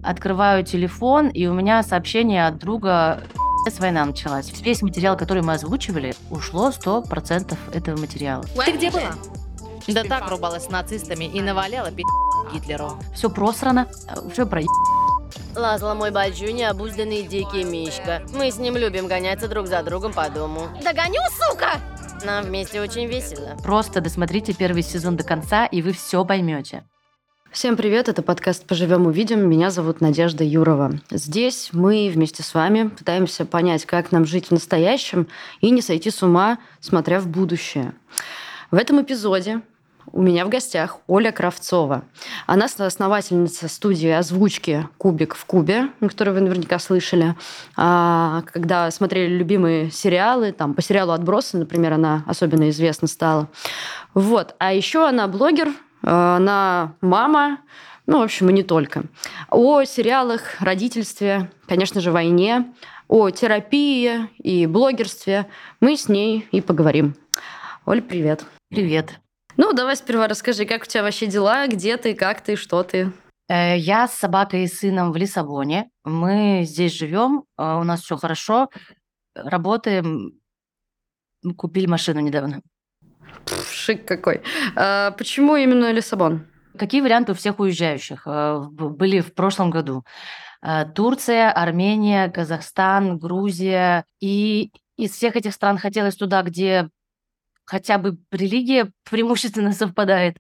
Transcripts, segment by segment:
Открываю телефон, и у меня сообщение от друга: война началась. Весь материал, который мы озвучивали, ушло 100% этого материала. Ты где была? Да так рубалась с нацистами и наваляла Гитлеру. Все просрано, все про Лазла мой большой необузданный дикий мишка. Мы с ним любим гоняться друг за другом по дому. Догоню, сука! Нам вместе очень весело. Просто досмотрите первый сезон до конца, и вы все поймете. Всем привет, это подкаст «Поживем, увидим». Меня зовут Надежда Юрова. Здесь мы вместе с вами пытаемся понять, как нам жить в настоящем и не сойти с ума, смотря в будущее. В этом эпизоде у меня в гостях Оля Кравцова. Она основательница студии озвучки «Кубик в кубе», которую вы наверняка слышали. Когда смотрели любимые сериалы, там, по сериалу «Отбросы», например, она особенно известна стала. Вот. А еще она блогер, она мама, в общем, и не только. О сериалах, родительстве, конечно же, войне, о терапии и блогерстве мы с ней и поговорим. Оль, привет. Привет. Давай сперва расскажи, как у тебя вообще дела, где ты, как ты, что ты? Я с собакой и сыном в Лиссабоне. Мы здесь живем, у нас все хорошо, работаем, купили машину недавно. Шик какой. Почему именно Лиссабон? Какие варианты у всех уезжающих были в прошлом году? Турция, Армения, Казахстан, Грузия. И из всех этих стран хотелось туда, где хотя бы религия преимущественно совпадает.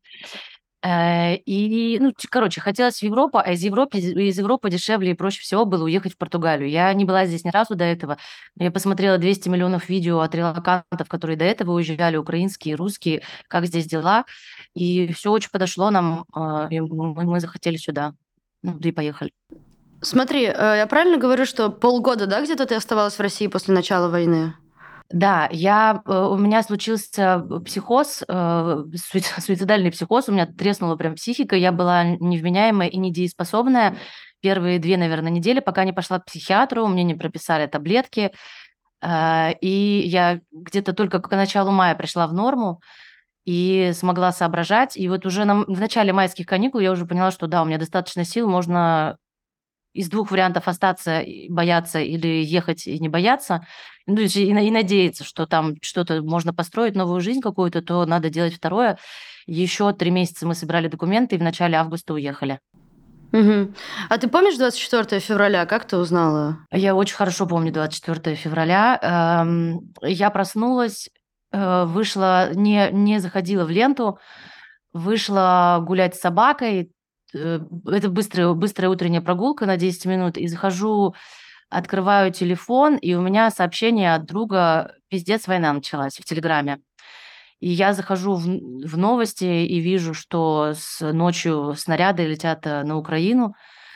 Хотелось в Европу, а из Европы дешевле и проще всего было уехать в Португалию. Я не была здесь ни разу до этого, но я посмотрела 200 миллионов видео от релокантов, которые до этого уезжали, украинские, русские, как здесь дела. И все очень подошло нам, и мы захотели сюда. И поехали. Смотри, я правильно говорю, что полгода, да, где-то ты оставалась в России после начала войны? Да, у меня случился психоз, суицидальный психоз, у меня треснула прям психика, я была невменяемая и недееспособная первые 2, наверное, недели, пока не пошла к психиатру, мне не прописали таблетки, и я где-то только к началу мая пришла в норму и смогла соображать, и вот уже в начале майских каникул я уже поняла, что да, у меня достаточно сил, можно из 2 вариантов: остаться и бояться или ехать и не бояться. И надеяться, что там что-то можно построить, новую жизнь какую-то, то надо делать второе. Еще 3 месяца мы собирали документы и в начале августа уехали. Угу. А ты помнишь 24 февраля? Как ты узнала? Я очень хорошо помню 24 февраля. Я проснулась, вышла, не заходила в ленту, вышла гулять с собакой. Это быстрая утренняя прогулка на 10 минут. И захожу, открываю телефон, и у меня сообщение от друга: пиздец, война началась, в Телеграме. И я захожу в новости и вижу, что ночью снаряды летят на Украину.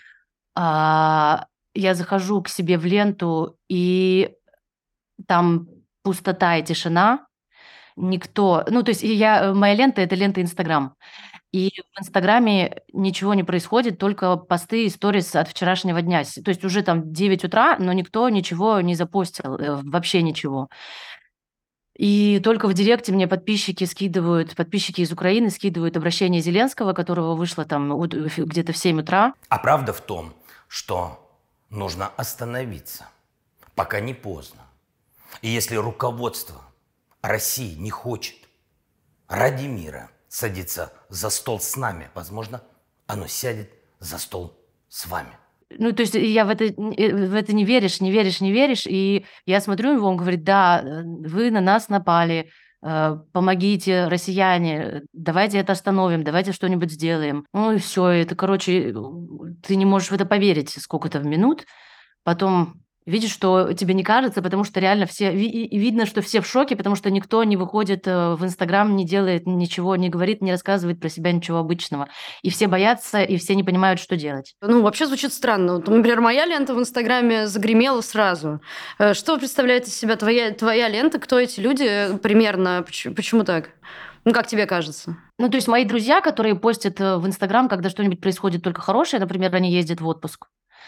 Я захожу к себе в ленту, и там пустота и тишина. Никто... моя лента — это лента Инстаграм. И в Инстаграме ничего не происходит, только посты и сторис от вчерашнего дня. То есть уже там 9 утра, но никто ничего не запостил, вообще ничего. И только в директе мне подписчики из Украины скидывают обращение Зеленского, которого вышло там где-то в 7 утра. А правда в том, что нужно остановиться, пока не поздно. И если руководство России не хочет ради мира садиться за стол с нами, возможно, оно сядет за стол с вами. То есть я в это не веришь. И я смотрю его, он говорит: да, вы на нас напали, помогите, россияне, давайте это остановим, давайте что-нибудь сделаем. И все, это, короче, ты не можешь в это поверить сколько-то в минут. Потом видишь, что тебе не кажется, потому что реально видно, что все в шоке, потому что никто не выходит в Инстаграм, не делает ничего, не говорит, не рассказывает про себя ничего обычного. И все боятся, и все не понимают, что делать. Вообще звучит странно. Например, моя лента в Инстаграме загремела сразу. Что представляет из себя твоя лента? Кто эти люди примерно? Почему так? Как тебе кажется? То есть мои друзья, которые постят в Инстаграм, когда что-нибудь происходит только хорошее, например, они ездят в отпуск,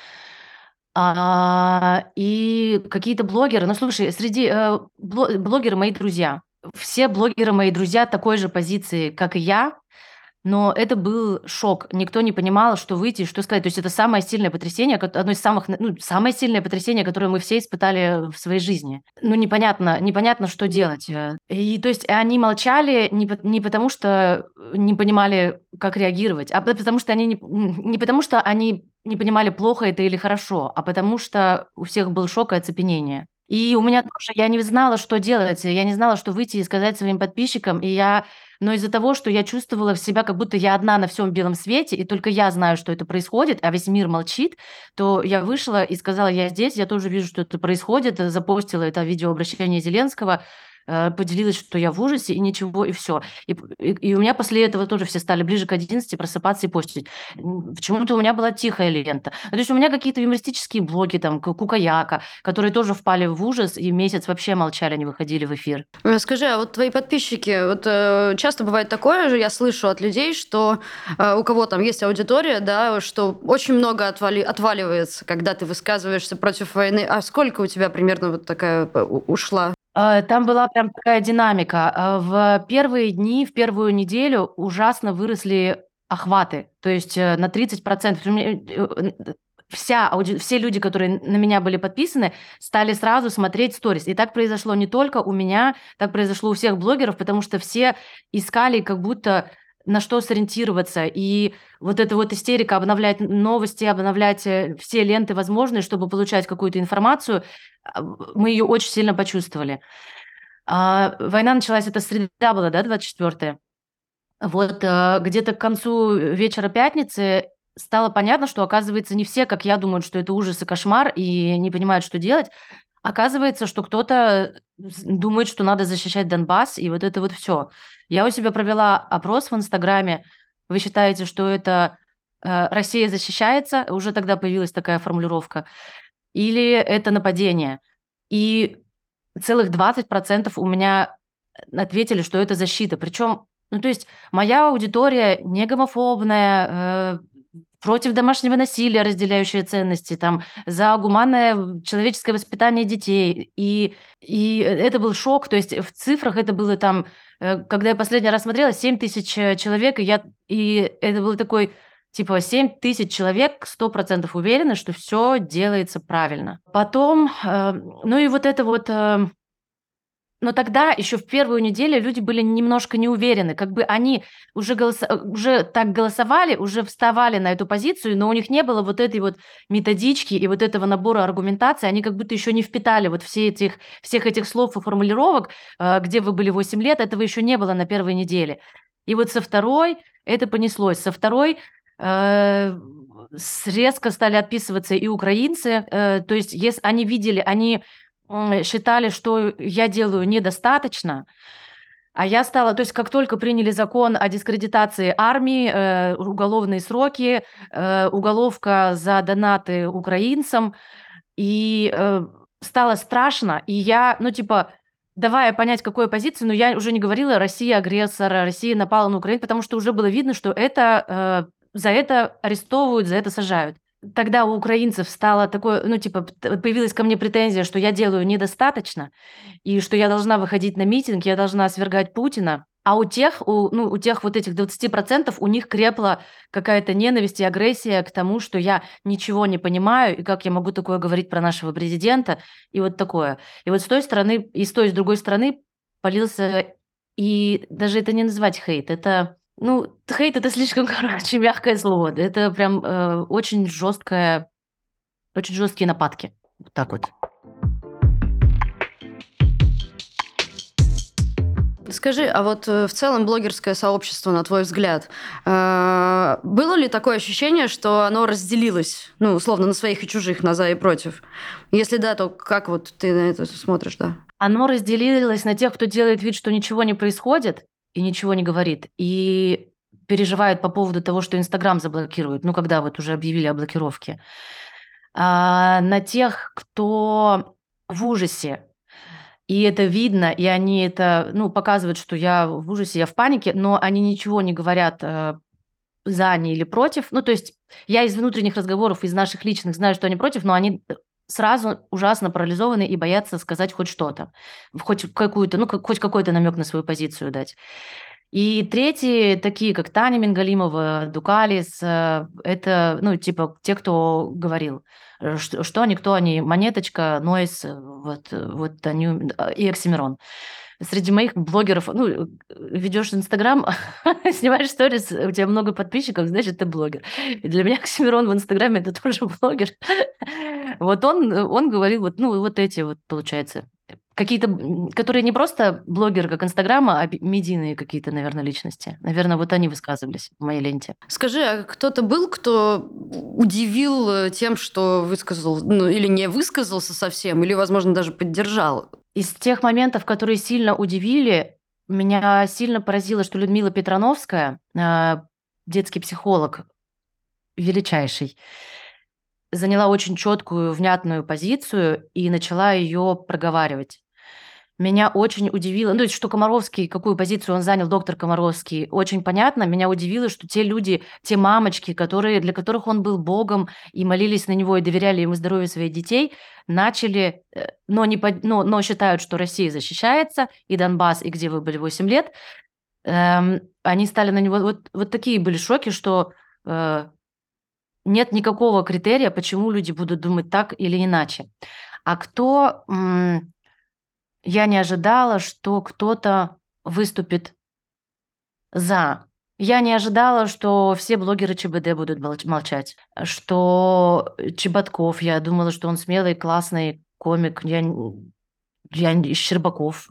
и какие-то блогеры. Слушай, среди блогеры мои друзья. Все блогеры мои друзья такой же позиции, как и я. Но это был шок. Никто не понимал, что выйти и что сказать. То есть это самое сильное потрясение, одно из самых, ну, самое сильное потрясение, которое мы все испытали в своей жизни. Ну, непонятно, что делать. И то есть они молчали не потому, что не понимали, как реагировать, а потому что они не потому, что они не понимали, плохо это или хорошо, а потому что у всех был шок и оцепенение. И у меня тоже, я не знала, что делать, я не знала, что выйти и сказать своим подписчикам, но из-за того, что я чувствовала себя, как будто я одна на всем белом свете, и только я знаю, что это происходит, а весь мир молчит, то я вышла и сказала: я здесь, я тоже вижу, что это происходит, запостила это видеообращение Зеленского, поделилась, что я в ужасе, и ничего, и все. И у меня после этого тоже все стали ближе к 11 просыпаться и постить. Почему-то у меня была тихая лента. То есть у меня какие-то юмористические блоги, там, Кукаяка, которые тоже впали в ужас и месяц вообще молчали, не выходили в эфир. Скажи, а вот твои подписчики, вот часто бывает такое же, я слышу от людей, что у кого там есть аудитория, да, что очень много отваливается, когда ты высказываешься против войны. А сколько у тебя примерно вот такая ушла? Там была прям такая динамика. В первые дни, в первую неделю ужасно выросли охваты. То есть на 30%. Все люди, которые на меня были подписаны, стали сразу смотреть сторис. И так произошло не только у меня, так произошло у всех блогеров, потому что все искали как будто на что сориентироваться. И вот эта вот истерика обновлять новости, обновлять все ленты возможные, чтобы получать какую-то информацию, мы ее очень сильно почувствовали. Война началась, это среда была, да, 24-е. Вот где-то к концу вечера пятницы стало понятно, что, оказывается, не все, как я, думают, что это ужас и кошмар, и не понимают, что делать. Оказывается, что кто-то думает, что надо защищать Донбасс, и вот это вот все. Я у себя провела опрос в Инстаграме. Вы считаете, что это Россия защищается? Уже тогда появилась такая формулировка. Или это нападение? И целых 20% у меня ответили, что это защита. Причем, ну, то есть моя аудитория не гомофобная, против домашнего насилия, разделяющая ценности, там, за гуманное человеческое воспитание детей. И это был шок. То есть в цифрах это было там, когда я последний раз смотрела, 7 тысяч человек, и это был такой, типа, 7 тысяч человек 100% уверены, что все делается правильно. Потом, ну и вот это вот... Но тогда, еще в первую неделю, люди были немножко не уверены. Как бы они уже так голосовали, уже вставали на эту позицию, но у них не было вот этой вот методички и вот этого набора аргументации. Они как будто еще не впитали вот всех этих слов и формулировок, где вы были 8 лет, этого еще не было на первой неделе. И вот со второй это понеслось. Со второй резко стали отписываться и украинцы. То есть если они видели, они считали, что я делаю недостаточно, а я стала... То есть как только приняли закон о дискредитации армии, уголовные сроки, уголовка за донаты украинцам, и стало страшно, и я, ну, типа, давая понять, какую позицию, но я уже не говорила «Россия агрессор», «Россия напала на Украину», потому что уже было видно, что это за это арестовывают, за это сажают. Тогда у украинцев стало такое, ну, типа, появилась ко мне претензия, что я делаю недостаточно, и что я должна выходить на митинг, я должна свергать Путина. А у тех вот этих 20% у них крепла какая-то ненависть и агрессия к тому, что я ничего не понимаю, и как я могу такое говорить про нашего президента, и вот такое. И вот с той стороны, и с той, и с другой стороны полился, и даже это не назвать хейт, это... Ну, хейт — это слишком, короче, мягкое слово. Это прям очень жесткие нападки. Вот так вот. Скажи, а вот в целом блогерское сообщество, на твой взгляд, было ли такое ощущение, что оно разделилось, ну, условно, на своих и чужих, на за и против? Если да, то как вот ты на это смотришь, да? Оно разделилось на тех, кто делает вид, что ничего не происходит и ничего не говорит, и переживает по поводу того, что Инстаграм заблокируют, ну, когда вот уже объявили о блокировке. На тех, кто в ужасе, и это видно, и они это, ну, показывают, что я в ужасе, я в панике, но они ничего не говорят за они или против. Ну, то есть я из внутренних разговоров, из наших личных знаю, что они против, но они сразу ужасно парализованы и боятся сказать хоть что-то, хоть какую-то, ну, хоть какой-то намек на свою позицию дать. И третьи, такие как Таня Мингалимова, Дукалис, это, ну, типа, те, кто говорил, что они, кто они, Монеточка, Нойс, вот они, и Оксимирон. Среди моих блогеров, ну, ведешь Инстаграм, снимаешь сторис, у тебя много подписчиков, значит, ты блогер. И для меня Оксимирон в Инстаграме это тоже блогер. Вот он говорил, вот, ну, вот эти вот, получается, какие-то, которые не просто блогеры, как Инстаграма, а медийные какие-то, наверное, личности. Наверное, вот они высказывались в моей ленте. Скажи, а кто-то был, кто удивил тем, что высказал, ну, или не высказался совсем, или, возможно, даже поддержал? Из тех моментов, которые сильно удивили, меня сильно поразило, что Людмила Петрановская, детский психолог, величайший, заняла очень четкую, внятную позицию и начала ее проговаривать. Меня очень удивило, ну, то есть, что Комаровский, какую позицию он занял, доктор Комаровский, очень понятно. Меня удивило, что те люди, те мамочки, для которых он был богом и молились на него и доверяли ему здоровью своих детей, начали, но считают, что Россия защищается, и Донбасс, и где вы были 8 лет, они стали на него... Вот такие были шоки, что нет никакого критерия, почему люди будут думать так или иначе. А кто... Я не ожидала, что кто-то выступит за. Я не ожидала, что все блогеры ЧБД будут молчать. Что Чеботков, я думала, что он смелый, классный комик. Щербаков.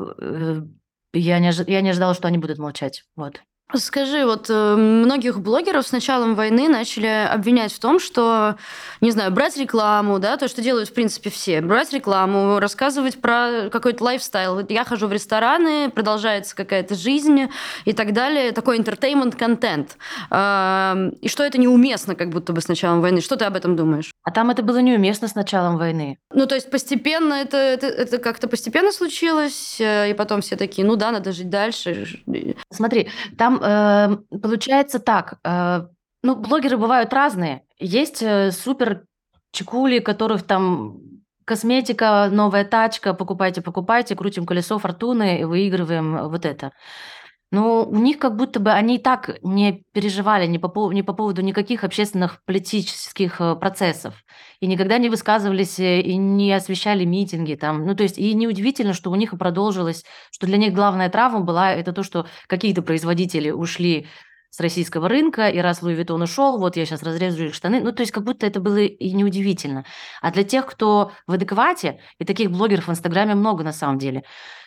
Я не ожидала, что они будут молчать. Вот. Скажи, вот многих блогеров с началом войны начали обвинять в том, что, не знаю, брать рекламу, да, то, что делают, в принципе, все, брать рекламу, рассказывать про какой-то лайфстайл. Вот я хожу в рестораны, продолжается какая-то жизнь и так далее, такой entertainment-контент. И что это неуместно как будто бы с началом войны. Что ты об этом думаешь? А там это было неуместно с началом войны. Ну, то есть постепенно это как-то постепенно случилось, и потом все такие, ну да, надо жить дальше. Смотри, там получается так. Ну, блогеры бывают разные. Есть супер чекули, которых там косметика, новая тачка, покупайте, крутим колесо фортуны и выигрываем вот это. Но у них как будто бы они и так не переживали ни по поводу никаких общественных политических процессов. И никогда не высказывались и не освещали митинги. Там. Ну, то есть, и неудивительно, что у них и продолжилось, что для них главная травма была это то, что какие-то производители ушли с российского рынка, и раз Луи Виттон ушел, вот я сейчас разрежу их штаны. Ну, то есть, как будто это было и неудивительно. А для тех, кто в адеквате, и таких блогеров в Инстаграме много на самом деле,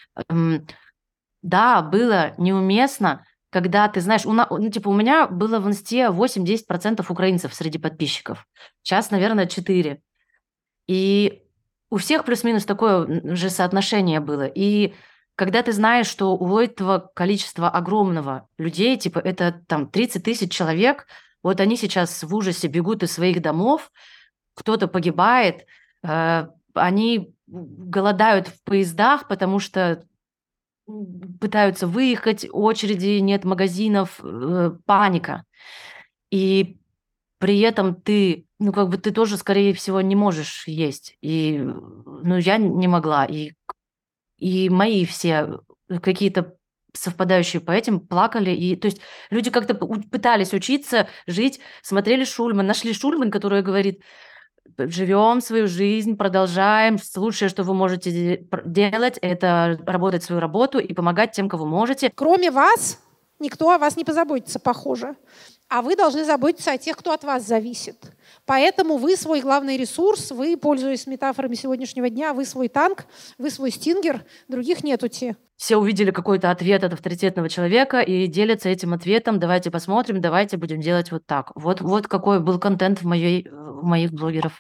да, было неуместно, когда ты знаешь, у меня было в Инсте 8-10% украинцев среди подписчиков. Сейчас, наверное, 4. И у всех плюс-минус такое же соотношение было. И когда ты знаешь, что у этого количества огромного людей, типа это там 30 тысяч человек, вот они сейчас в ужасе бегут из своих домов, кто-то погибает, они голодают в поездах, потому что пытаются выехать, очереди, нет магазинов, паника. И при этом ты, ну, как бы ты тоже, скорее всего, не можешь есть. И, ну, я не могла. И мои все какие-то совпадающие по этим плакали. И, то есть люди как-то пытались учиться, жить, смотрели Шульман, нашли Шульман, которая говорит: живем свою жизнь, продолжаем. Лучшее, что вы можете делать, это работать свою работу и помогать тем, кого можете. Кроме вас, никто о вас не позаботится, похоже. А вы должны заботиться о тех, кто от вас зависит. Поэтому вы свой главный ресурс, вы, пользуясь метафорами сегодняшнего дня, вы свой танк, вы свой стингер, других нетути. Все увидели какой-то ответ от авторитетного человека и делятся этим ответом. Давайте посмотрим, давайте будем делать вот так. Вот какой был контент в моих блогеров.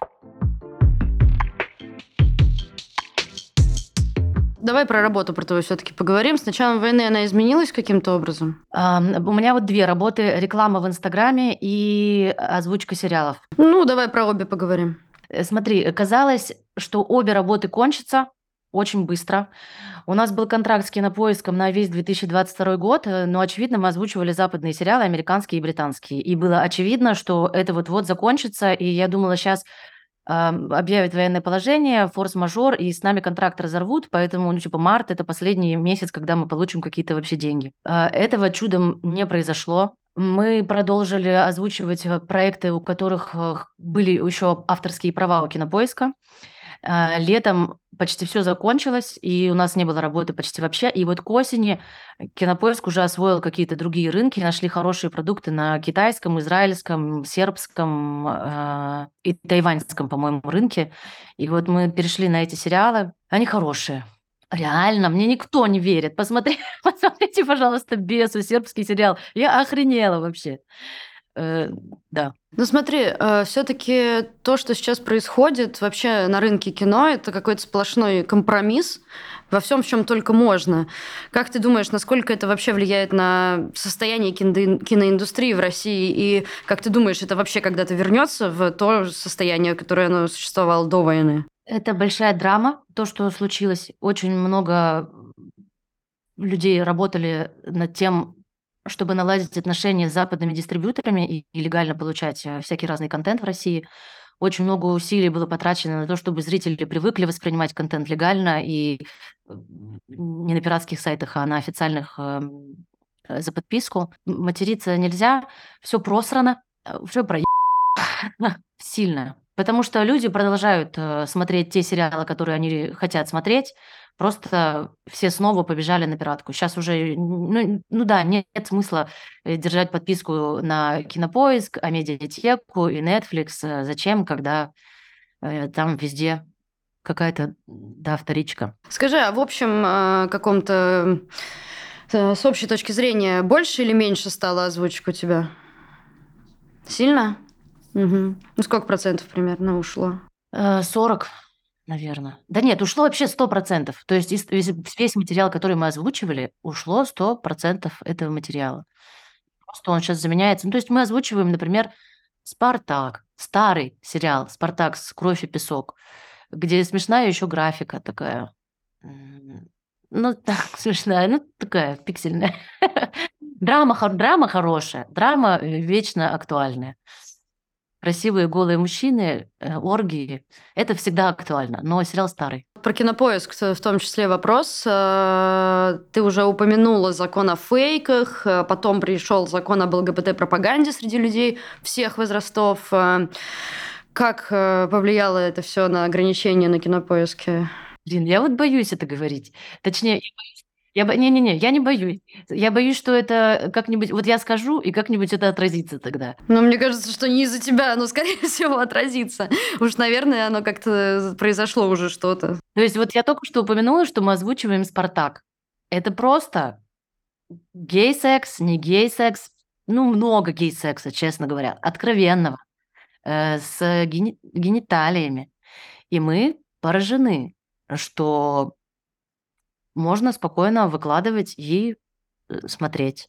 Давай про работу про твою все-таки поговорим. С началом войны она изменилась каким-то образом? У меня вот 2 работы: реклама в Инстаграме и озвучка сериалов. Ну, давай про обе поговорим. Смотри, казалось, что обе работы кончатся очень быстро. У нас был контракт с Кинопоиском на весь 2022 год, но, очевидно, мы озвучивали западные сериалы, американские и британские. И было очевидно, что это вот-вот закончится, и я думала, сейчас объявят военное положение, форс-мажор, и с нами контракт разорвут, поэтому, март – это последний месяц, когда мы получим какие-то вообще деньги. Этого чудом не произошло. Мы продолжили озвучивать проекты, у которых были еще авторские права у Кинопоиска. Летом почти все закончилось, и у нас не было работы почти вообще. И вот к осени Кинопоиск уже освоил какие-то другие рынки, нашли хорошие продукты на китайском, израильском, сербском и тайваньском, по-моему, рынке. И вот мы перешли на эти сериалы. Они хорошие. Реально, мне никто не верит. Посмотрите, пожалуйста, «Бесу», сербский сериал. Я охренела вообще. Да. Ну смотри, все-таки то, что сейчас происходит вообще на рынке кино, это какой-то сплошной компромисс во всем, в чем только можно. Как ты думаешь, насколько это вообще влияет на состояние киноиндустрии в России? И как ты думаешь, это вообще когда-то вернется в то состояние, которое оно существовало до войны? Это большая драма, то, что случилось. Очень много людей работали над тем, чтобы наладить отношения с западными дистрибьюторами и легально получать всякий разный контент в России. Очень много усилий было потрачено на то, чтобы зрители привыкли воспринимать контент легально и не на пиратских сайтах, а на официальных за подписку. Материться нельзя, все просрано, все сильно. Потому что люди продолжают смотреть те сериалы, которые они хотят смотреть. Просто все снова побежали на пиратку. Сейчас уже, да, нет смысла держать подписку на Кинопоиск, Амедиатеку и Netflix. Зачем, когда там везде какая-то, да, вторичка. Скажи, а в общем каком-то с общей точки зрения больше или меньше стала озвучка у тебя? Сильно? Угу. Ну, сколько процентов примерно ушло? 40, наверное. Да нет, ушло вообще 100%. То есть весь материал, который мы озвучивали, ушло 100% этого материала. Просто он сейчас заменяется. Ну, то есть мы озвучиваем, например, «Спартак», старый сериал «Спартак» с «Кровь и песок», где смешная еще графика такая. Ну, так, смешная, ну, такая пиксельная. Драма хорошая, драма вечно актуальная. Красивые голые мужчины, оргии. Это всегда актуально, но сериал старый. Про Кинопоиск в том числе вопрос. Ты уже упомянула закон о фейках, потом пришел закон об ЛГБТ-пропаганде среди людей всех возрастов. Как повлияло это все на ограничения на Кинопоиске? Блин, я вот боюсь это говорить. Точнее, я не боюсь. Я боюсь, что это как-нибудь... Вот я скажу, и как-нибудь это отразится тогда. Ну, мне кажется, что не из-за тебя оно, скорее всего, отразится. Уж, наверное, оно как-то произошло уже что-то. То есть вот я только что упомянула, что мы озвучиваем «Спартак». Это просто гей-секс, не гей-секс. Ну, много гей-секса, честно говоря. Откровенного. С гениталиями. И мы поражены, что можно спокойно выкладывать и смотреть.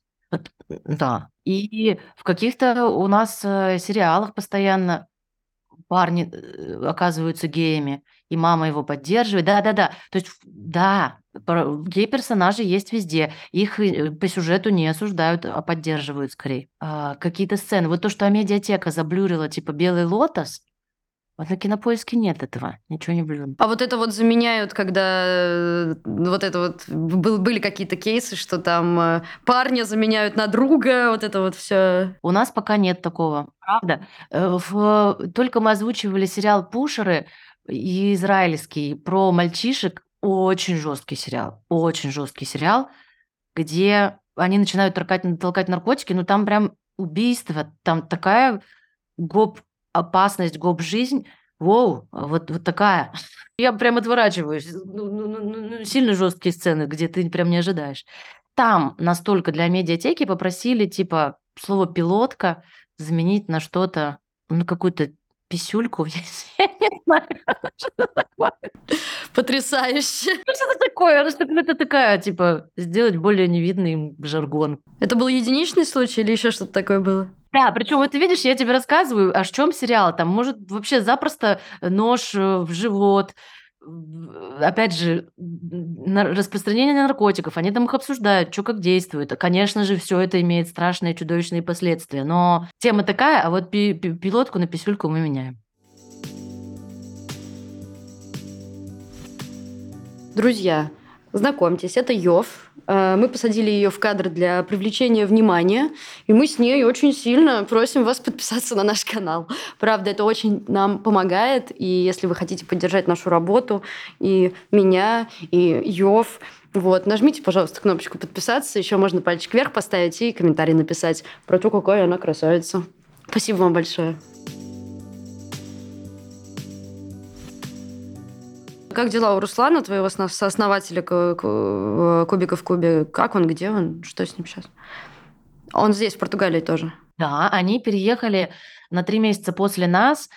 Да. И в каких-то у нас сериалах постоянно парни оказываются геями, и мама его поддерживает. Да-да-да. То есть, да, гей-персонажи есть везде. Их по сюжету не осуждают, а поддерживают скорее. Какие-то сцены. Вот то, что Амедиатека заблюрила, типа «Белый лотос», вот на Кинопоиске нет этого. Ничего не блюрено. А вот это вот заменяют, когда вот это вот были какие-то кейсы, что там парня заменяют на друга, вот это вот все. У нас пока нет такого. Правда. Только мы озвучивали сериал «Пушеры» и израильский про мальчишек. Очень жесткий сериал, где они начинают толкать наркотики, но там прям убийство, там такая опасность, жизнь. Воу, вот такая. Я прям отворачиваюсь. Сильно жесткие сцены, где ты прям не ожидаешь. Там настолько для медиатеки попросили, типа, слово «пилотка» заменить на что-то, на какую-то писюльку. Я не знаю, что такое. Потрясающе. Что-то такое. Это такая, типа, сделать более невидный жаргон. Это был единичный случай или еще что-то такое было? Да, причем вот ты видишь, я тебе рассказываю, о чем сериал. Там может вообще запросто нож в живот. Опять же, распространение наркотиков. Они там их обсуждают, что как действует. Конечно же, все это имеет страшные, чудовищные последствия. Но тема такая, а вот пилотку на писюльку мы меняем. Друзья, знакомьтесь, это Йов. Мы посадили ее в кадр для привлечения внимания, и мы с ней очень сильно просим вас подписаться на наш канал. Правда, это очень нам помогает, и если вы хотите поддержать нашу работу, и меня, и Йов, вот, нажмите, пожалуйста, кнопочку подписаться, еще можно пальчик вверх поставить и комментарий написать про то, какая она красавица. Спасибо вам большое. Как дела у Руслана, твоего сооснователя Кубика в Кубе? Как он, где он, что с ним сейчас? Он здесь, в Португалии тоже. Да, они переехали на 3 месяца после нас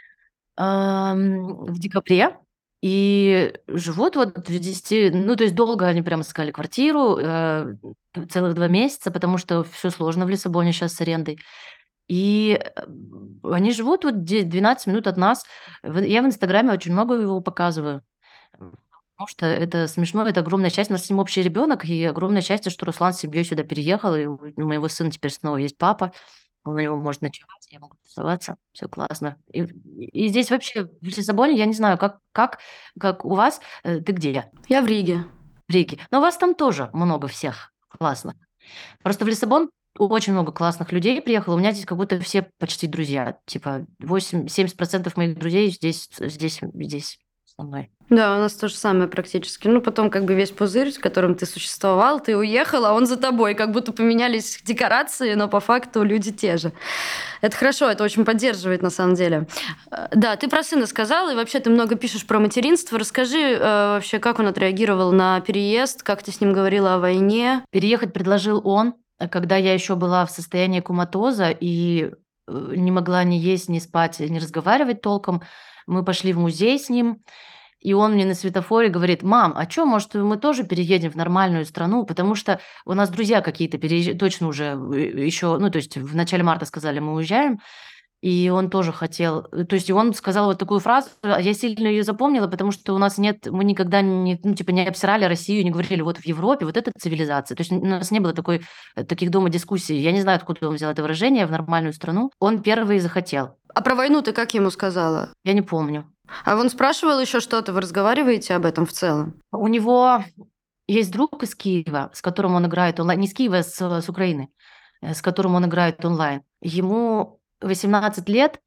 в декабре. И живут вот в 10... Ну, то есть долго они прям искали квартиру, целых 2 месяца, потому что все сложно в Лиссабоне сейчас с арендой. И они живут вот 12 минут от нас. Я в Инстаграме очень много его показываю. Потому что это смешно, это огромное счастье. У нас с ним общий ребенок, и огромное счастье, что Руслан с семьей сюда переехал, и у моего сына теперь снова есть папа. У него может ночевать, я могу тусоваться. Все классно. И здесь вообще, в Лиссабоне, я не знаю, как у вас. Ты где? Я в Риге. В Риге. Но у вас там тоже много всех классно. Просто в Лиссабон очень много классных людей приехало. У меня здесь как будто все почти друзья. Типа 70% моих друзей здесь со мной. Да, у нас то же самое практически. Ну, потом как бы весь пузырь, в котором ты существовал, ты уехал, а он за тобой. Как будто поменялись декорации, но по факту люди те же. Это хорошо, это очень поддерживает на самом деле. Да, ты про сына сказала, и вообще ты много пишешь про материнство. Расскажи вообще, как он отреагировал на переезд, как ты с ним говорила о войне. Переехать предложил он, когда я еще была в состоянии коматоза и не могла ни есть, ни спать, ни разговаривать толком. Мы пошли в музей с ним, и он мне на светофоре говорит: мам, а что, может, мы тоже переедем в нормальную страну, потому что у нас друзья какие-то точно уже еще, ну, то есть в начале марта сказали, мы уезжаем, и он тоже хотел, то есть и он сказал вот такую фразу, а я сильно ее запомнила, потому что у нас нет, мы никогда не, ну, типа, не обсирали Россию, не говорили, вот в Европе вот эта цивилизация, то есть у нас не было таких дома дискуссий, я не знаю, откуда он взял это выражение, в нормальную страну, он первый захотел. А про войну ты как ему сказала? Я не помню. А он спрашивал еще что-то, вы разговариваете об этом в целом? У него есть друг из Киева, с которым он играет онлайн, не с Киева, с Украины, с которым он играет онлайн. Ему 18 лет,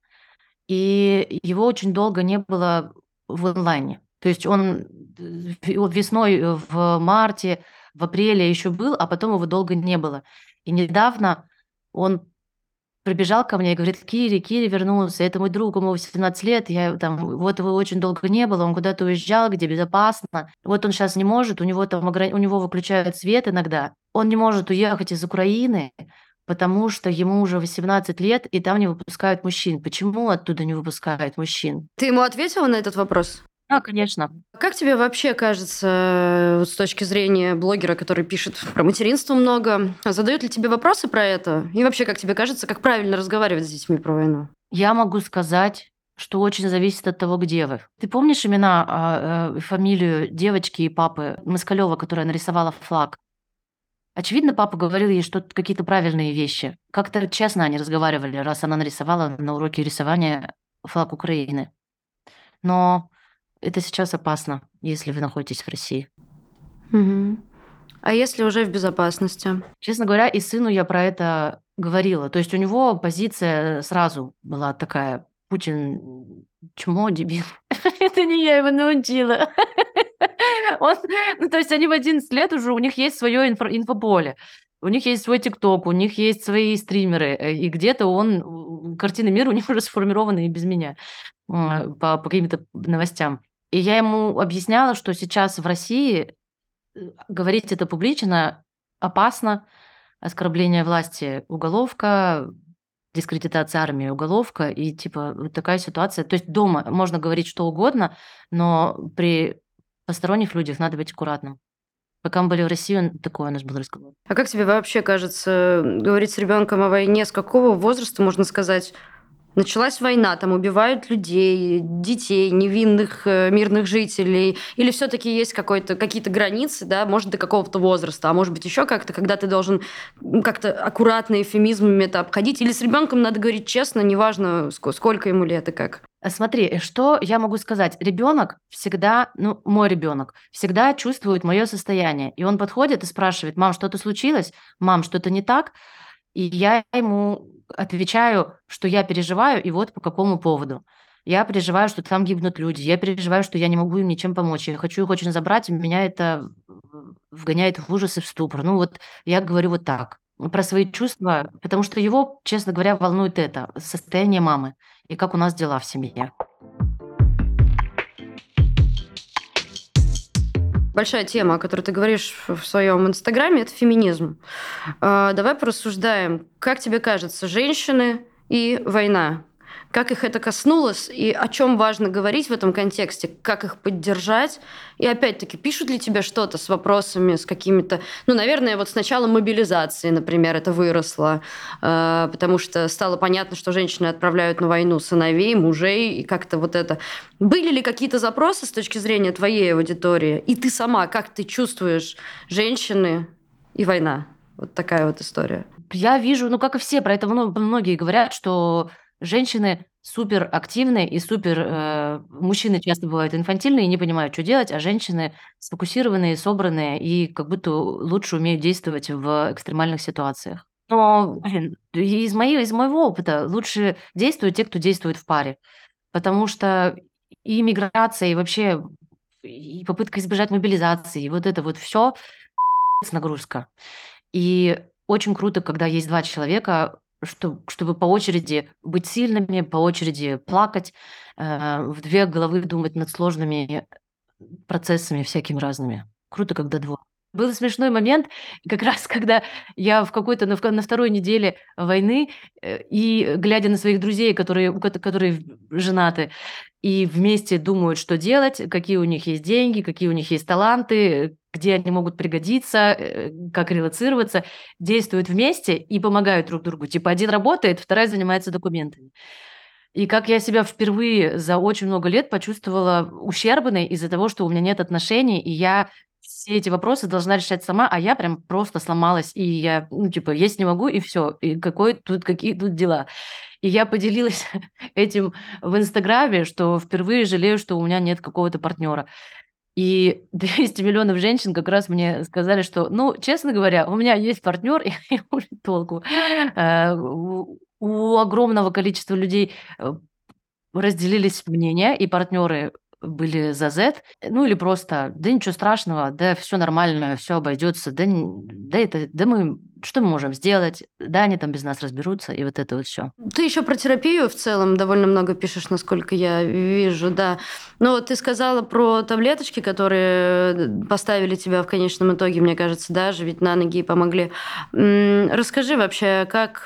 и его очень долго не было в онлайне. То есть он весной, в марте, в апреле еще был, а потом его долго не было. И недавно он прибежал ко мне и говорит: Кири вернулся, это мой друг, ему 18 лет, вот его очень долго не было, он куда-то уезжал, где безопасно. Вот он сейчас не может, у него выключают свет иногда. Он не может уехать из Украины, потому что ему уже 18 лет, и там не выпускают мужчин. Почему оттуда не выпускают мужчин? Ты ему ответила на этот вопрос? Да, конечно. Как тебе вообще кажется, вот с точки зрения блогера, который пишет про материнство много, задают ли тебе вопросы про это? И вообще, как тебе кажется, как правильно разговаривать с детьми про войну? Я могу сказать, что очень зависит от того, где вы. Ты помнишь имена, фамилию девочки и папы Москалёва, которая нарисовала флаг? Очевидно, папа говорил ей что-то, какие-то правильные вещи. Как-то честно они разговаривали, раз она нарисовала на уроке рисования флаг Украины. Но это сейчас опасно, если вы находитесь в России. Угу. А если уже в безопасности? Честно говоря, и сыну я про это говорила. То есть у него позиция сразу была такая: Путин чмо, дебил. Это не я его научила. То есть они в 11 лет уже, у них есть свое инфополе. У них есть свой ТикТок, у них есть свои стримеры, и где-то картины мира у них уже сформированы и без меня по каким-то новостям. И я ему объясняла, что сейчас в России говорить это публично опасно, оскорбление власти уголовка, дискредитация армии уголовка, и типа вот такая ситуация. То есть дома можно говорить что угодно, но при посторонних людях надо быть аккуратным. Пока мы были в России, такой у нас был разговор. А как тебе вообще кажется, говорить с ребенком о войне, с какого возраста, можно сказать, началась война, там убивают людей, детей, невинных мирных жителей, или все-таки есть какие-то границы, да, может, до какого-то возраста, а может быть еще как-то, когда ты должен как-то аккуратно эвфемизмами это обходить, или с ребенком надо говорить честно, неважно, сколько ему лет и как? Смотри, что я могу сказать? Ребенок всегда, ну, мой ребенок, всегда чувствует мое состояние. И он подходит и спрашивает: мам, что-то случилось? Мам, что-то не так? И я ему отвечаю, что я переживаю, и вот по какому поводу. Я переживаю, что там гибнут люди. Я переживаю, что я не могу им ничем помочь. Я хочу их очень забрать, и меня это вгоняет в ужас и в ступор. Ну вот я говорю вот так. Про свои чувства, потому что его, честно говоря, волнует это состояние мамы и как у нас дела в семье. Большая тема, о которой ты говоришь в своем инстаграме, это феминизм. Давай порассуждаем. Как тебе кажется, женщины и война? Как их это коснулось и о чем важно говорить в этом контексте? Как их поддержать? И опять-таки, пишут ли тебе что-то с вопросами, с какими-то... Ну, наверное, вот с началом мобилизации, например, это выросло, потому что стало понятно, что женщины отправляют на войну сыновей, мужей, и как-то вот это... Были ли какие-то запросы с точки зрения твоей аудитории? И ты сама, как ты чувствуешь женщины и война? Вот такая вот история. Я вижу, ну, как и все, про это многие говорят, что женщины супер активные и супер... мужчины часто бывают инфантильные и не понимают, что делать, а женщины сфокусированные, собранные и как будто лучше умеют действовать в экстремальных ситуациях. Но, блин, из моего опыта лучше действуют те, кто действует в паре. Потому что и миграция, и вообще и попытка избежать мобилизации, и вот это вот все нагрузка. И очень круто, когда есть 2 человека, чтобы по очереди быть сильными, по очереди плакать, в 2 головы думать над сложными процессами всякими разными. Круто, когда двое. Был смешной момент, как раз когда я в какой-то на второй неделе войны, и глядя на своих друзей, которые женаты, и вместе думают, что делать, какие у них есть деньги, какие у них есть таланты, где они могут пригодиться, как релоцироваться, действуют вместе и помогают друг другу. Типа один работает, вторая занимается документами. И как я себя впервые за очень много лет почувствовала ущербной из-за того, что у меня нет отношений, и я все эти вопросы должна решать сама, а я прям просто сломалась, и я, ну, типа, есть не могу, и все. И какие тут дела. И я поделилась этим в Инстаграме, что впервые жалею, что у меня нет какого-то партнера. И 200 миллионов женщин как раз мне сказали, что, ну, честно говоря, у меня есть партнер, и уже толку. У огромного количества людей разделились мнения, и партнеры были за Z, ну или просто, да ничего страшного, да все нормально, все обойдется, да мы, что мы можем сделать, да они там без нас разберутся, и вот это вот все. Ты еще про терапию в целом довольно много пишешь, насколько я вижу, да. Но вот ты сказала про таблеточки, которые поставили тебя в конечном итоге, мне кажется, даже ведь на ноги и помогли. Расскажи вообще, как...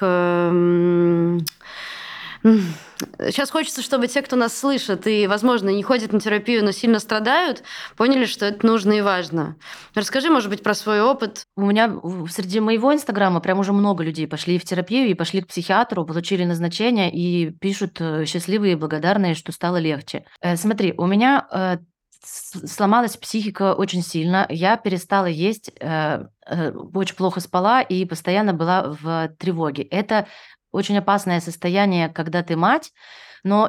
Сейчас хочется, чтобы те, кто нас слышит и, возможно, не ходят на терапию, но сильно страдают, поняли, что это нужно и важно. Расскажи, может быть, про свой опыт. У меня среди моего Инстаграма прям уже много людей пошли в терапию и пошли к психиатру, получили назначение и пишут счастливые и благодарные, что стало легче. Смотри, у меня сломалась психика очень сильно. Я перестала есть, очень плохо спала и постоянно была в тревоге. Это очень опасное состояние, когда ты мать, но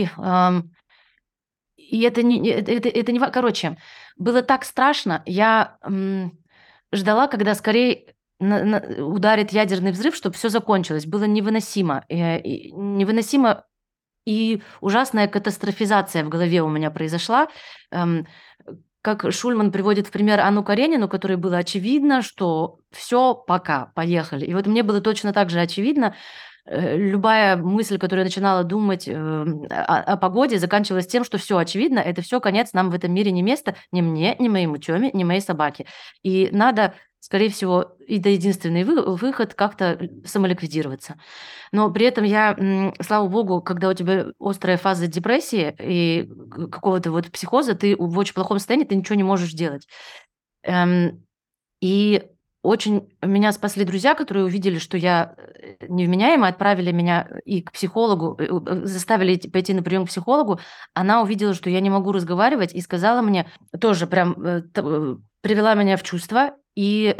и это не... Короче, было так страшно. Я ждала, когда скорее ударит ядерный взрыв, чтобы все закончилось. Было невыносимо. Невыносимо, и ужасная катастрофизация в голове у меня произошла. Как Шульман приводит в пример Анну Каренину, которой было очевидно, что все, пока, поехали. И вот мне было точно так же очевидно. Любая мысль, которую я начинала думать о погоде, заканчивалась тем, что все очевидно, это все конец, нам в этом мире не место, ни мне, ни моему Тёме, ни моей собаке. И надо, скорее всего, и это единственный выход как-то самоликвидироваться. Но при этом я, слава богу, когда у тебя острая фаза депрессии и какого-то вот психоза, ты в очень плохом состоянии, ты ничего не можешь делать. И очень меня спасли друзья, которые увидели, что я невменяема, отправили меня и к психологу, заставили пойти на прием к психологу. Она увидела, что я не могу разговаривать, и сказала мне, тоже прям привела меня в чувство и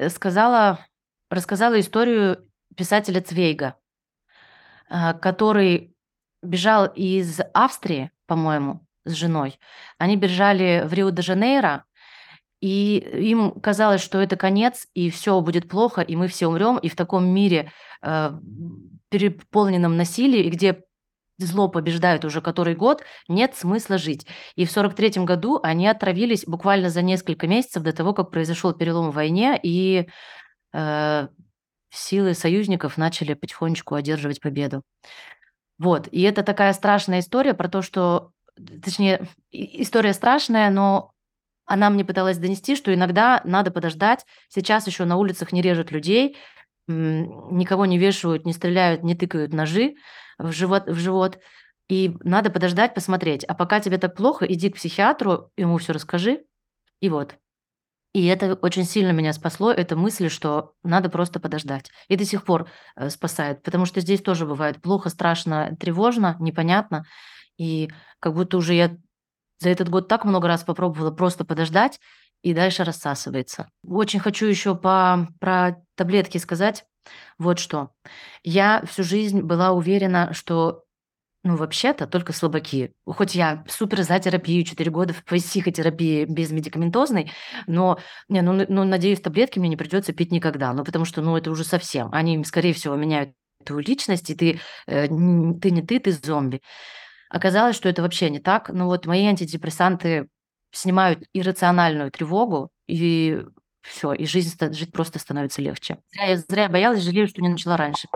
рассказала историю писателя Цвейга, который бежал из Австрии, по-моему, с женой. Они бежали в Рио-де-Жанейро, и им казалось, что это конец, и все будет плохо, и мы все умрем. И в таком мире, э, переполненном насилии, и где зло побеждает уже который год, нет смысла жить. И в 43-м году они отравились буквально за несколько месяцев до того, как произошел перелом в войне, и э, силы союзников начали потихонечку одерживать победу. Вот. И это такая страшная история про то, что, точнее, история страшная, но она мне пыталась донести, что иногда надо подождать. Сейчас еще на улицах не режут людей, никого не вешают, не стреляют, не тыкают ножи в живот. И надо подождать, посмотреть. А пока тебе так плохо, иди к психиатру, ему все расскажи. И вот. И это очень сильно меня спасло, эта мысль, что надо просто подождать. И до сих пор спасает, потому что здесь тоже бывает плохо, страшно, тревожно, непонятно. И как будто уже я за этот год так много раз попробовала просто подождать, и дальше рассасывается. Очень хочу еще про таблетки сказать. Вот что. Я всю жизнь была уверена, что вообще-то только слабаки. Хоть я супер за терапию, 4 года в психотерапии безмедикаментозной, но, надеюсь, таблетки мне не придется пить никогда. Потому что, это уже совсем. Они, скорее всего, меняют твою личность, и ты не ты зомби. Оказалось, что это вообще не так. Мои антидепрессанты снимают иррациональную тревогу, и все, и жить просто становится легче. Зря я боялась, жалею, что не начала раньше.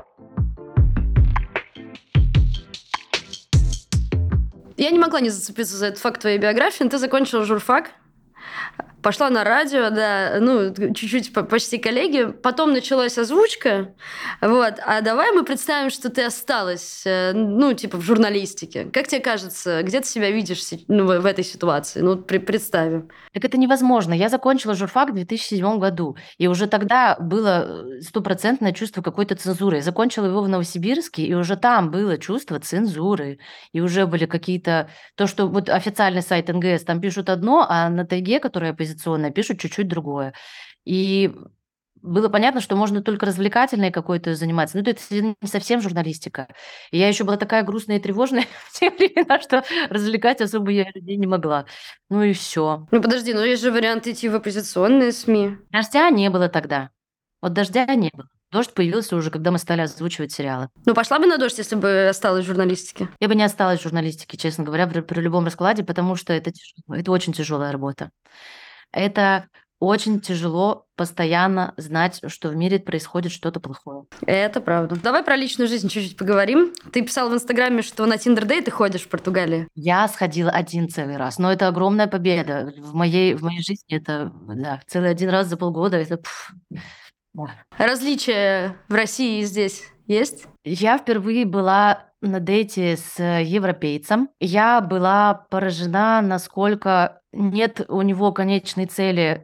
Я не могла не зацепиться за этот факт твоей биографии, но ты закончила журфак, пошла на радио, да, чуть-чуть почти коллеги. Потом началась озвучка. Вот. А давай мы представим, что ты осталась, в журналистике. Как тебе кажется, где ты себя видишь в этой ситуации? Представим. Так это невозможно. Я закончила журфак в 2007 году, и уже тогда было стопроцентное чувство какой-то цензуры. Я закончила его в Новосибирске, и уже там было чувство цензуры. И уже были какие-то... То, что вот официальный сайт НГС, там пишут одно, а на тайге, которая оппозиционная, пишут чуть-чуть другое. И было понятно, что можно только развлекательной какой-то заниматься. Это не совсем журналистика. И я еще была такая грустная и тревожная в те времена, что развлекать особо я людей не могла. И все. Подожди, есть же вариант идти в оппозиционные СМИ. Дождя не было тогда. Вот дождя не было. Дождь появился уже, когда мы стали озвучивать сериалы. Пошла бы на дождь, если бы осталась в журналистике? Я бы не осталась в журналистике, честно говоря, при любом раскладе, потому что это очень тяжелая работа. Это очень тяжело постоянно знать, что в мире происходит что-то плохое. Это правда. Давай про личную жизнь чуть-чуть поговорим. Ты писала в Инстаграме, что на Тиндер-дейт ты ходишь в Португалии. Я сходила один целый раз, но это огромная победа. В моей жизни это, целый один раз за полгода. Это да. Различия в России и здесь есть? Я впервые была на дейте с европейцем. Я была поражена, насколько нет у него конечной цели.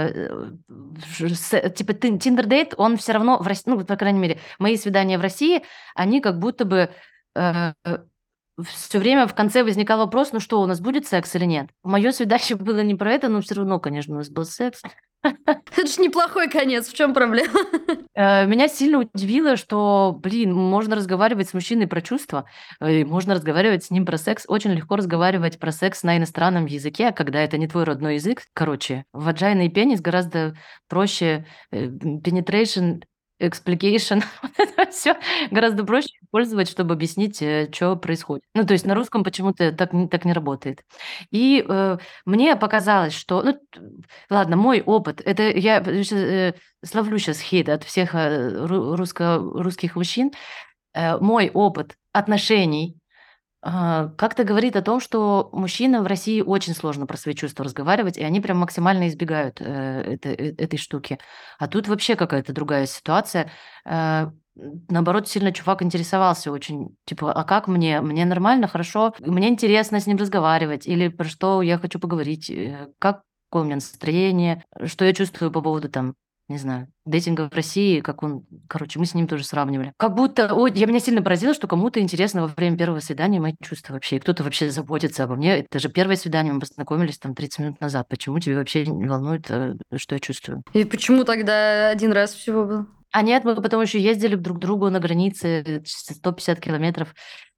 Тиндер-дейт, он все равно в России, по крайней мере, мои свидания в России, они как будто бы все время в конце возникал вопрос, что у нас будет секс или нет. Мое свидание было не про это, но все равно, конечно, у нас был секс. Это ж неплохой конец, в чем проблема? Меня сильно удивило, что, можно разговаривать с мужчиной про чувства, можно разговаривать с ним про секс. Очень легко разговаривать про секс на иностранном языке, когда это не твой родной язык. Короче, ваджайна и пенис гораздо проще, penetration, explication, все гораздо проще использовать, чтобы объяснить, что происходит. То есть на русском почему-то так не работает. И мне показалось, что... ладно, мой опыт, это я словлю сейчас хейт от всех русских мужчин. Мой опыт отношений как-то говорит о том, что мужчинам в России очень сложно про свои чувства разговаривать, и они прям максимально избегают этой штуки. А тут вообще какая-то другая ситуация. Наоборот, сильно чувак интересовался очень. А как мне? Мне нормально, хорошо? Мне интересно с ним разговаривать? Или про что я хочу поговорить? Какое у меня настроение? Что я чувствую по поводу не знаю, дейтинга в России, как он... Короче, мы с ним тоже сравнивали. Как будто... меня сильно поразило, что кому-то интересно во время первого свидания мои чувства вообще. И кто-то вообще заботится обо мне. Это же первое свидание, мы познакомились 30 минут назад. Почему тебе вообще не волнует, что я чувствую? И почему тогда один раз всего был? А нет, мы потом еще ездили друг к другу на границе 150 километров.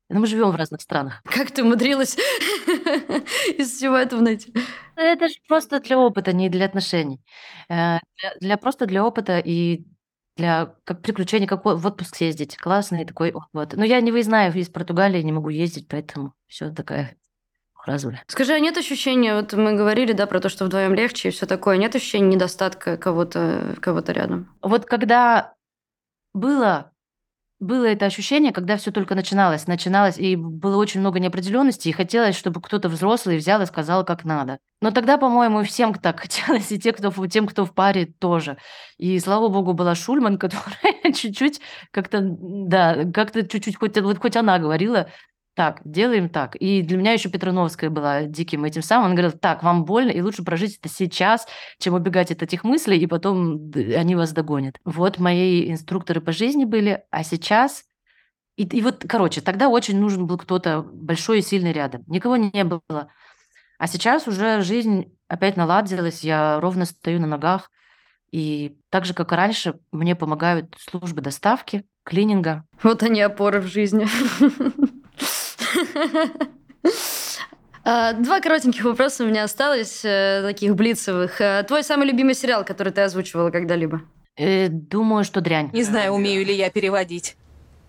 Но мы живем в разных странах. Как ты умудрилась из всего этого найти? Это же просто для опыта, не для отношений. Просто для опыта и для как приключений, как в отпуск съездить. Классный такой вот. Но я не выездная из Португалии, не могу ездить, поэтому все такая разовая. Скажи, а нет ощущения, вот мы говорили, да, про то, что вдвоем легче и все такое, нет ощущения недостатка кого-то рядом? Вот когда было это ощущение, когда все только начиналось, и было очень много неопределенности, и хотелось, чтобы кто-то взрослый взял и сказал, как надо. Но тогда, по-моему, всем так хотелось, и тем, кто в паре, тоже. И, слава богу, была Шульман, которая чуть-чуть как-то чуть-чуть, хоть она говорила, так, делаем так. И для меня еще Петрановская была диким этим самым. Она говорила, так, вам больно, и лучше прожить это сейчас, чем убегать от этих мыслей, и потом они вас догонят. Вот мои инструкторы по жизни были, а сейчас... И вот, короче, тогда очень нужен был кто-то большой и сильный рядом. Никого не было. А сейчас уже жизнь опять наладилась, я ровно стою на ногах. И так же, как и раньше, мне помогают службы доставки, клининга. Вот они, опоры в жизни. Два коротеньких вопроса у меня осталось, таких блицевых. Твой самый любимый сериал, который ты озвучивала когда-либо? Думаю, что «Дрянь». Не знаю, умею ли я переводить.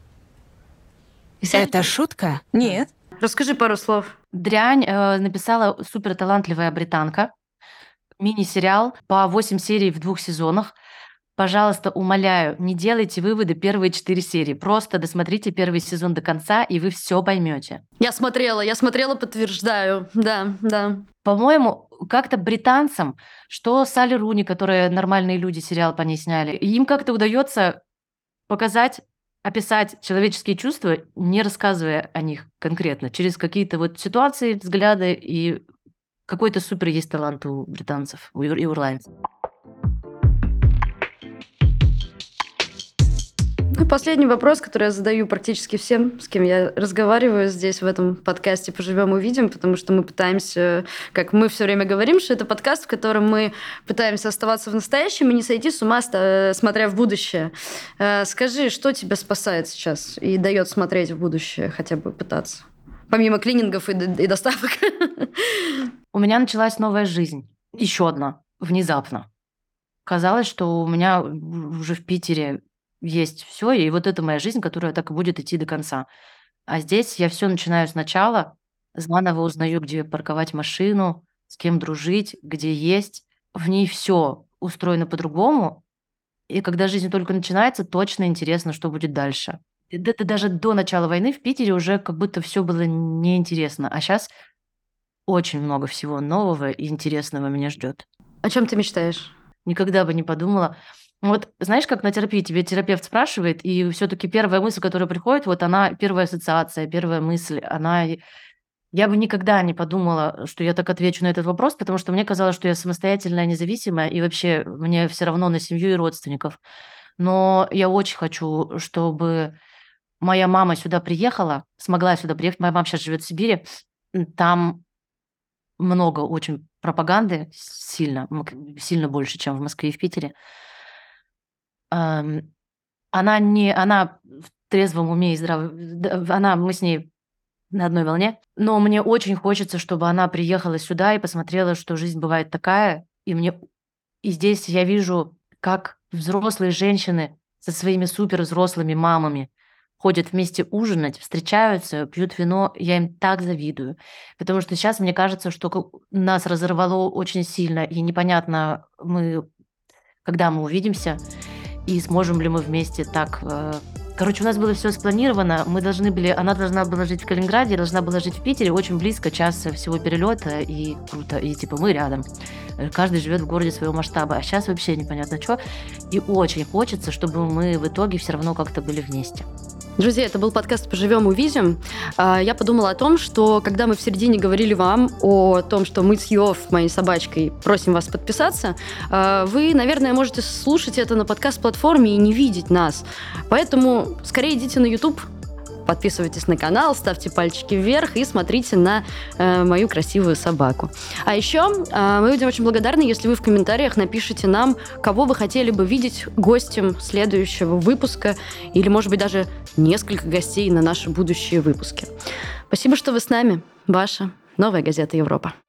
Это шутка? Нет. Расскажи пару слов. «Дрянь» написала суперталантливая британка. Мини-сериал по 8 серий в 2 сезонах. Пожалуйста, умоляю, не делайте выводы первые 4 серии. Просто досмотрите первый сезон до конца, и вы все поймете. Я смотрела, подтверждаю. Да. По-моему, как-то британцам, что Салли Руни, которые «Нормальные люди» сериал по ней сняли, им как-то удается показать, описать человеческие чувства, не рассказывая о них конкретно, через какие-то вот ситуации, взгляды, и какой-то супер есть талант у британцев, и у ирландцев. Ну и последний вопрос, который я задаю практически всем, с кем я разговариваю здесь, в этом подкасте «Поживем, увидим», потому что мы пытаемся, как мы все время говорим, что это подкаст, в котором мы пытаемся оставаться в настоящем и не сойти с ума, смотря в будущее. Скажи, что тебя спасает сейчас и дает смотреть в будущее, хотя бы пытаться? Помимо клинингов и доставок. У меня началась новая жизнь. Еще одна. Внезапно. Казалось, что у меня уже в Питере есть все, и вот это моя жизнь, которая так и будет идти до конца. А здесь я все начинаю сначала, заново узнаю, где парковать машину, с кем дружить, где есть. В ней все устроено по-другому, и когда жизнь только начинается, точно интересно, что будет дальше. Это даже до начала войны в Питере уже как будто все было неинтересно, а сейчас очень много всего нового и интересного меня ждет. О чем ты мечтаешь? Никогда бы не подумала. Вот знаешь, как на терапии тебе терапевт спрашивает, и все-таки первая мысль, которая приходит, вот она, первая ассоциация, первая мысль, я бы никогда не подумала, что я так отвечу на этот вопрос, потому что мне казалось, что я самостоятельная, независимая, и вообще мне все равно на семью и родственников. Но я очень хочу, чтобы моя мама сюда приехала, смогла сюда приехать. Моя мама сейчас живет в Сибири. Там много очень пропаганды, сильно больше, чем в Москве и в Питере. Она в трезвом уме и мы с ней на одной волне, но мне очень хочется, чтобы она приехала сюда и посмотрела, что жизнь бывает такая, и здесь я вижу, как взрослые женщины со своими супервзрослыми мамами ходят вместе ужинать, встречаются, пьют вино. Я им так завидую. Потому что сейчас мне кажется, что нас разорвало очень сильно, и непонятно, когда мы увидимся, и сможем ли мы вместе так... Короче, у нас было все спланировано. Она должна была жить в Калининграде, я должна была жить в Питере, очень близко, час всего перелета, и круто. И мы рядом. Каждый живет в городе своего масштаба. А сейчас вообще непонятно что. И очень хочется, чтобы мы в итоге все равно как-то были вместе. Друзья, это был подкаст «Поживем, увидим». Я подумала о том, что когда мы в середине говорили вам о том, что мы с Йов, моей собачкой, просим вас подписаться, вы, наверное, можете слушать это на подкаст-платформе и не видеть нас. Поэтому скорее идите на YouTube, Подписывайтесь на канал, ставьте пальчики вверх и смотрите на мою красивую собаку. А еще мы будем очень благодарны, если вы в комментариях напишите нам, кого вы хотели бы видеть гостем следующего выпуска, или, может быть, даже несколько гостей на наши будущие выпуски. Спасибо, что вы с нами. Ваша Новая газета Европа.